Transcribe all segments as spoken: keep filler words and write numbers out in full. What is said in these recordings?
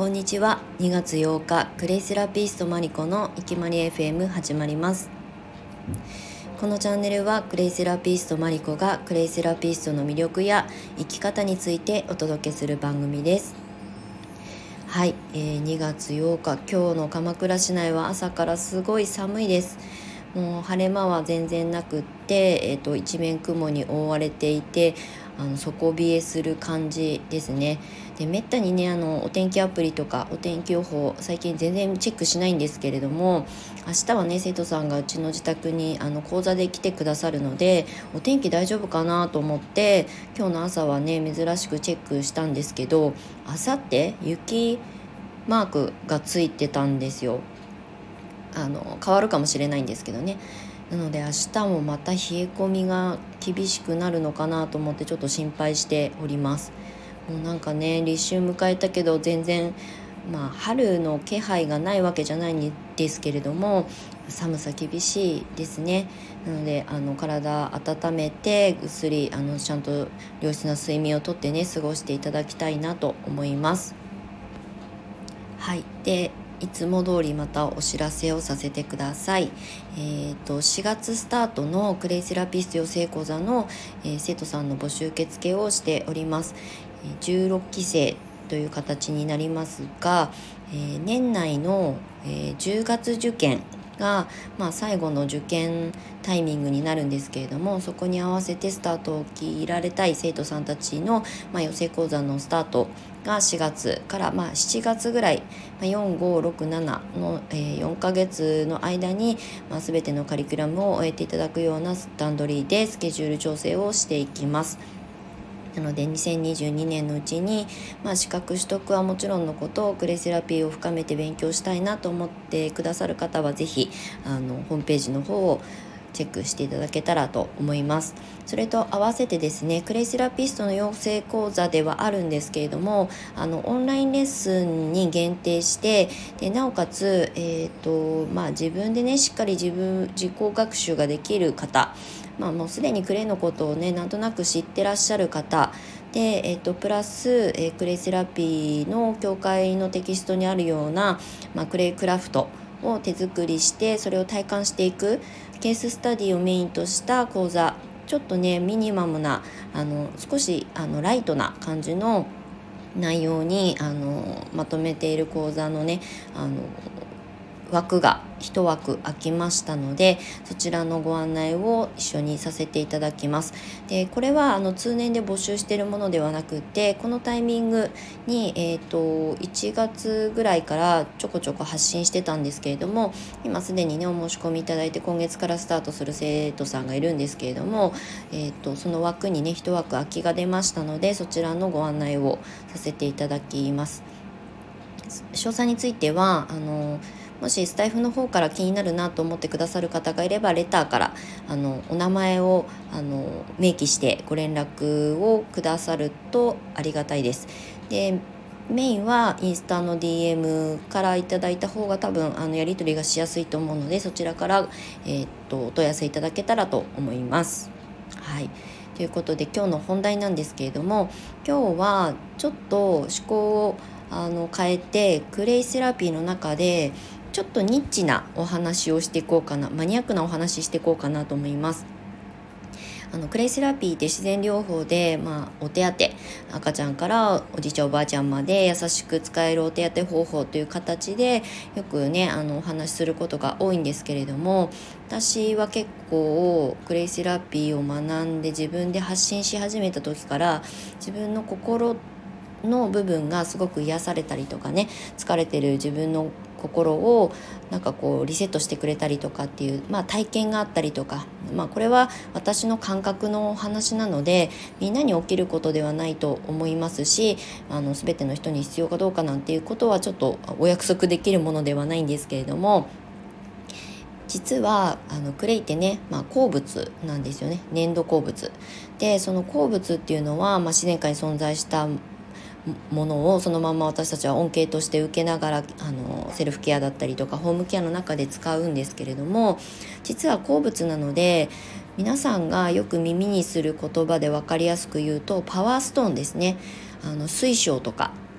こんにちは。にがつようか、クレイセラピストマリコのいきまり エフエム 始まります。このチャンネルはクレイセラピストマリコがクレイセラピストの魅力や生き方についてお届けする番組です。はい、えー、にがつようか、今日の鎌倉市内は朝からすごい寒いです。もう晴れ間は全然なくって、えーと、一面雲に覆われていて、あの底冷えする感じですね。でめったにねあのお天気アプリとかお天気予報最近全然チェックしないんですけれども、明日はね生徒さんがうちの自宅にあの講座で来てくださるので、お天気大丈夫かなと思って今日の朝はね珍しくチェックしたんですけど、あさって雪マークがついてたんですよ。あの変わるかもしれないんですけどね。なので明日もまた冷え込みが厳しくなるのかなと思ってちょっと心配しております。もうなんかね立春迎えたけど全然まあ春の気配がないわけじゃないんですけれども、寒さ厳しいですね。なのであの体温めてぐっすりあのちゃんと良質な睡眠をとってね過ごしていただきたいなと思います。はい。でいつも通りまたお知らせをさせてください。えー、としがつスタートのクレイセラピスト養成講座の、えー生徒さんの募集受付をしております。えーじゅうろっきせいという形になりますが、えー年内の、えーじゅうがつ受験が、まあ、最後の受験タイミングになるんですけれども、そこに合わせてスタートを切られたい生徒さんたちの、まあ、養成講座のスタートがしがつから、まあ、しちがつぐらい、まあ、よん、ご、ろく、ななの、えー、よんかげつの間に、まあ、全てのカリキュラムを終えていただくような段取りでスケジュール調整をしていきます。なのでにせんにじゅうにねんのうちに、まあ、資格取得はもちろんのことクレイセラピーを深めて勉強したいなと思ってくださる方はぜひあのホームページの方をチェックしていただけたらと思います。それと合わせてですね、クレイセラピストの養成講座ではあるんですけれども、あのオンラインレッスンに限定してでなおかつ、えーとまあ、自分でねしっかり自分自己学習ができる方、まあ、もうすでにクレイのことをねなんとなく知ってらっしゃる方で、えーとプラス、えークレイセラピーの協会のテキストにあるような、まあ、クレイクラフトを手作りしてそれを体感していくケーススタディをメインとした講座、ちょっとねミニマムなあの少しあのライトな感じの内容にあのまとめている講座のねあの枠が一枠空きましたので、そちらのご案内を一緒にさせていただきます。でこれはあの通年で募集しているものではなくて、このタイミングに、えー、といちがつぐらいからちょこちょこ発信してたんですけれども、今すでにねお申し込みいただいて今月からスタートする生徒さんがいるんですけれども、えー、とその枠にね一枠空きが出ましたので、そちらのご案内をさせていただきます。詳細についてはあのもしスタイフの方から気になるなと思ってくださる方がいればレターからあのお名前をあの明記してご連絡をくださるとありがたいです。でメインはインスタの ディーエム からいただいた方が多分あのやり取りがしやすいと思うので、そちらから、えー、っとお問い合わせいただけたらと思います。はい、ということで今日の本題なんですけれども、今日はちょっと思考をあの変えてクレイセラピーの中でちょっとニッチなお話をしていこうかな、マニアックなお話していこうかなと思います。あのクレイセラピーって自然療法で、まあ、お手当赤ちゃんからおじいちゃんおばあちゃんまで優しく使えるお手当方法という形でよくねあのお話しすることが多いんですけれども、私は結構クレイセラピーを学んで自分で発信し始めた時から自分の心の部分がすごく癒されたりとかね、疲れてる自分の心をなんかこうリセットしてくれたりとかっていう、まあ、体験があったりとか、まあ、これは私の感覚のお話なのでみんなに起きることではないと思いますし、あの全ての人に必要かどうかなんていうことはちょっとお約束できるものではないんですけれども、実はあのクレイってね、まあ、鉱物なんですよね。粘土鉱物で、その鉱物っていうのは、まあ、自然界に存在したものをそのまま私たちは恩恵として受けながらあのセルフケアだったりとかホームケアの中で使うんですけれども、実は鉱物なので皆さんがよく耳にする言葉で分かりやすく言うとパワーストーンですね。あの水晶とか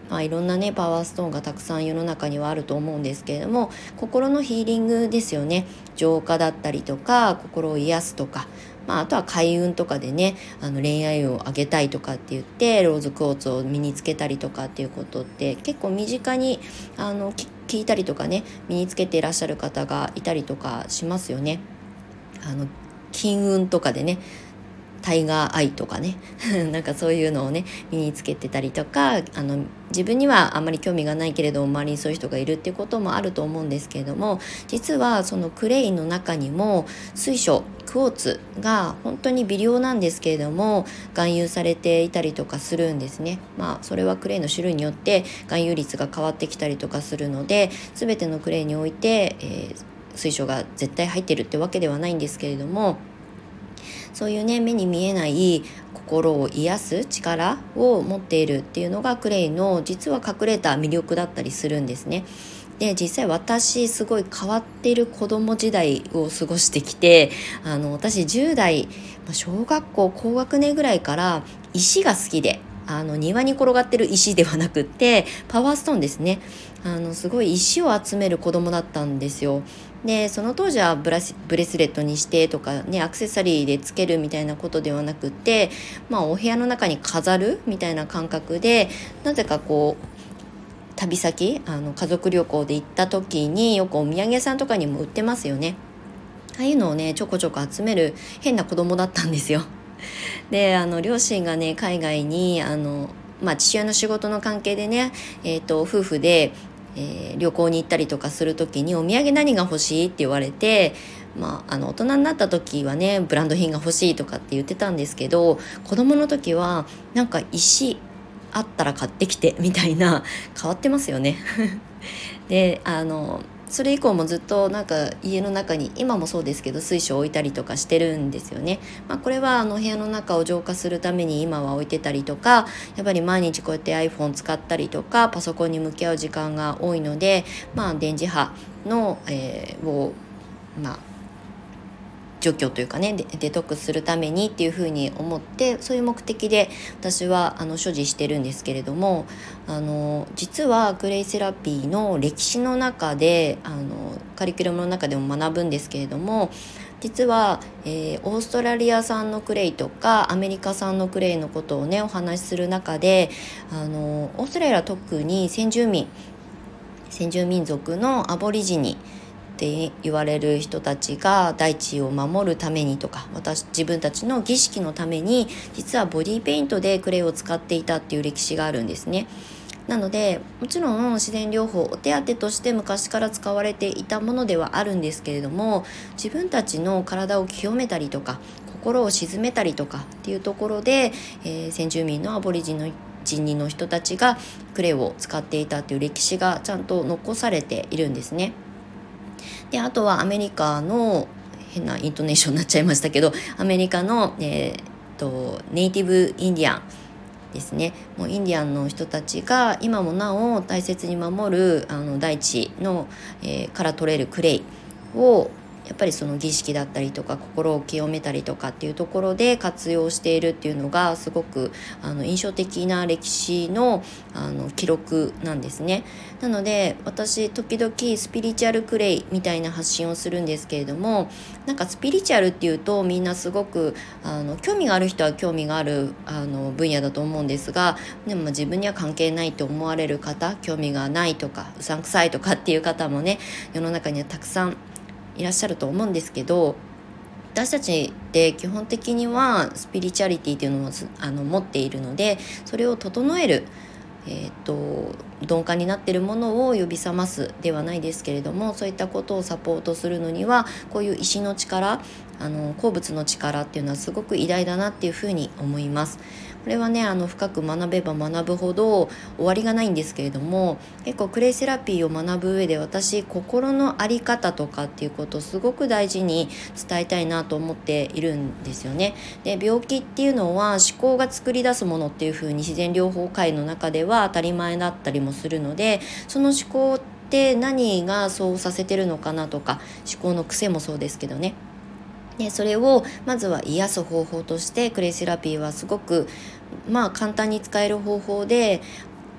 まあ、いろんなねパワーストーンがたくさん世の中にはあると思うんですけれども、心のヒーリングですよね。浄化だったりとか心を癒すとか、まあ、あとは開運とかでね、あの恋愛運を上げたいとかって言ってローズクォーツを身につけたりとかっていうことって結構身近にあの聞いたりとかね、身につけていらっしゃる方がいたりとかしますよね。あの金運とかでね、タイガーアイとかねなんかそういうのをね身につけてたりとか、あの自分にはあんまり興味がないけれど周りにそういう人がいるっていうこともあると思うんですけれども、実はそのクレイの中にも水晶クォーツが本当に微量なんですけれども含有されていたりとかするんですね。まあそれはクレイの種類によって含有率が変わってきたりとかするので、全てのクレイにおいて、えー、水晶が絶対入ってるってわけではないんですけれども、そういうね目に見えない心を癒す力を持っているっていうのがクレイの実は隠れた魅力だったりするんですね。で実際私すごい変わっている子供時代を過ごしてきて、あの私じゅう代小学校高学年ぐらいから石が好きで、あの庭に転がってる石ではなくってパワーストーンですね。あのすごい石を集める子供だったんですよ。でその当時はブラシブレスレットにしてとかね、アクセサリーでつけるみたいなことではなくって、まあ、お部屋の中に飾るみたいな感覚で、なぜかこう旅先あの家族旅行で行った時によくお土産屋さんとかにも売ってますよね。ああいうのをねちょこちょこ集める変な子供だったんですよ。であの両親がね海外にあの、まあ、父親の仕事の関係でね、えーと、夫婦で、えー旅行に行ったりとかする時にお土産何が欲しいって言われて、まあ、あの大人になった時はねブランド品が欲しいとかって言ってたんですけど、子供の時はなんか石あったら買ってきてみたいな、変わってますよねであのそれ以降もずっとなんか家の中に今もそうですけど水晶を置いたりとかしてるんですよね。まあ、これはあの部屋の中を浄化するために今は置いてたりとか、やっぱり毎日こうやって iPhone 使ったりとかパソコンに向き合う時間が多いので、まあ、電磁波の、えー、をまあ除去というかね デ, デトックスするためにっていうふうに思って、そういう目的で私はあの所持してるんですけれども、あの実はクレイセラピーの歴史の中であのカリキュラムの中でも学ぶんですけれども、実は、えー、オーストラリア産のクレイとかアメリカ産のクレイのことをねお話しする中で、あのオーストラリアは特に先住民先住民族のアボリジニって言われる人たちが大地を守るためにとか、私自分たちの儀式のために実はボディペイントでクレイを使っていたっていう歴史があるんですね。なのでもちろん自然療法お手当として昔から使われていたものではあるんですけれども、自分たちの体を清めたりとか心を鎮めたりとかっていうところで、えー、先住民のアボリジンの人人の人たちがクレイを使っていたっていう歴史がちゃんと残されているんですね。であとはアメリカの変なイントネーションになっちゃいましたけど、アメリカの、えー、とネイティブインディアンですね。もうインディアンの人たちが今もなお大切に守るあの大地の、えー、から取れるクレイをやっぱりその儀式だったりとか心を清めたりとかっていうところで活用しているっていうのがすごくあの印象的な歴史の、あの記録なんですね。なので私時々スピリチュアルクレイみたいな発信をするんですけれども、なんかスピリチュアルっていうとみんなすごくあの興味がある人は興味があるあの分野だと思うんですが、でも自分には関係ないと思われる方、興味がないとかうさんくさいとかっていう方もね世の中にはたくさんいらっしゃると思うんですけど、私たちって基本的にはスピリチュアリティっていうのをあの持っているので、それを整える、えー、と鈍感になっているものを呼び覚ますではないですけれども、そういったことをサポートするのにはこういう石の力、あの鉱物の力っていうのはすごく偉大だなっていうふうに思います。これはねあの深く学べば学ぶほど終わりがないんですけれども、結構クレイセラピーを学ぶ上で私心の在り方とかっていうことをすごく大事に伝えたいなと思っているんですよね。で病気っていうのは思考が作り出すものっていうふうに自然療法界の中では当たり前だったりもするので、その思考って何がそうさせてるのかなとか、思考の癖もそうですけどね、でそれをまずは癒す方法としてクレイセラピーはすごくまあ簡単に使える方法で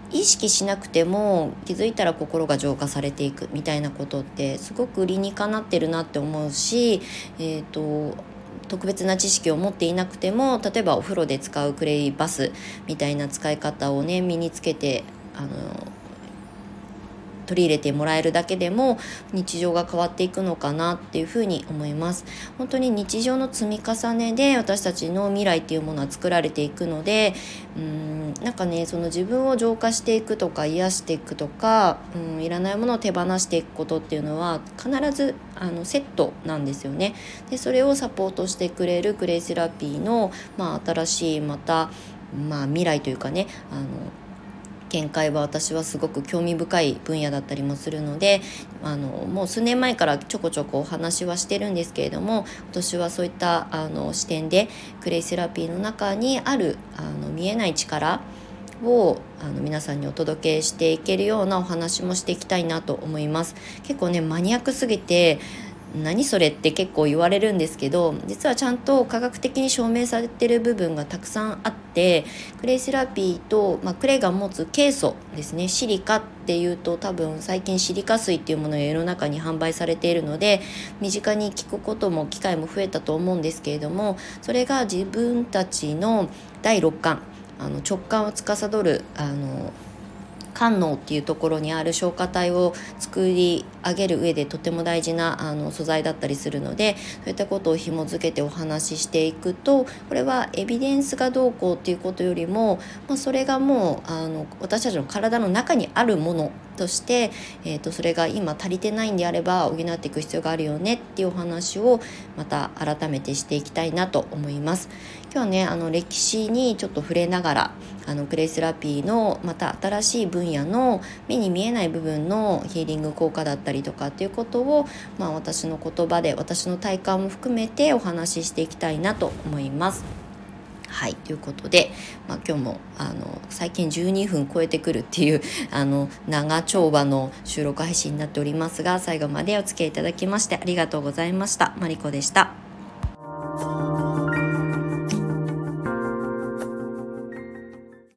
意識しなくても気づいたら心が浄化されていくみたいなことってすごく理にかなってるなって思うし、えーと特別な知識を持っていなくても、例えばお風呂で使うクレイバスみたいな使い方をね身につけてあの取り入れてもらえるだけでも日常が変わっていくのかなっていうふうに思います。本当に日常の積み重ねで私たちの未来っていうものは作られていくので、うーんなんかねその自分を浄化していくとか癒していくとか、うんいらないものを手放していくことっていうのは必ずあのセットなんですよね。でそれをサポートしてくれるクレイセラピーの、まあ、新しいまた、まあ、未来というかねあの見解は私はすごく興味深い分野だったりもするので、あのもう数年前からちょこちょこお話はしてるんですけれども、私はそういったあの視点でクレイセラピーの中にあるあの見えない力をあの皆さんにお届けしていけるようなお話もしていきたいなと思います。結構ねマニアックすぎて何それって結構言われるんですけど、実はちゃんと科学的に証明されている部分がたくさんあって、クレイセラピーと、まあ、クレイが持つケイ素ですね、シリカっていうと多分最近シリカ水っていうものが世の中に販売されているので身近に聞くことも機会も増えたと思うんですけれども、それが自分たちの第六感、あの直感を司るあの官能っていうところにある消化体を作り上げる上でとても大事なあの素材だったりするので、そういったことを紐づけてお話ししていくと、これはエビデンスがどうこうっていうことよりも、まあ、それがもうあの私たちの体の中にあるものとして、えーと、それが今足りてないんであれば補っていく必要があるよねっていうお話をまた改めてしていきたいなと思います。今日はねあの歴史にちょっと触れながら、あのクレイセラピーのまた新しい分野の目に見えない部分のヒーリング効果だったりとかっていうことを、まあ、私の言葉で私の体感も含めてお話ししていきたいなと思います。はい、ということで、まあ、今日もあの最近じゅうにふん超えてくるっていうあの長丁場の収録配信になっておりますが、最後までお付き合いいただきましてありがとうございました。マリコでした。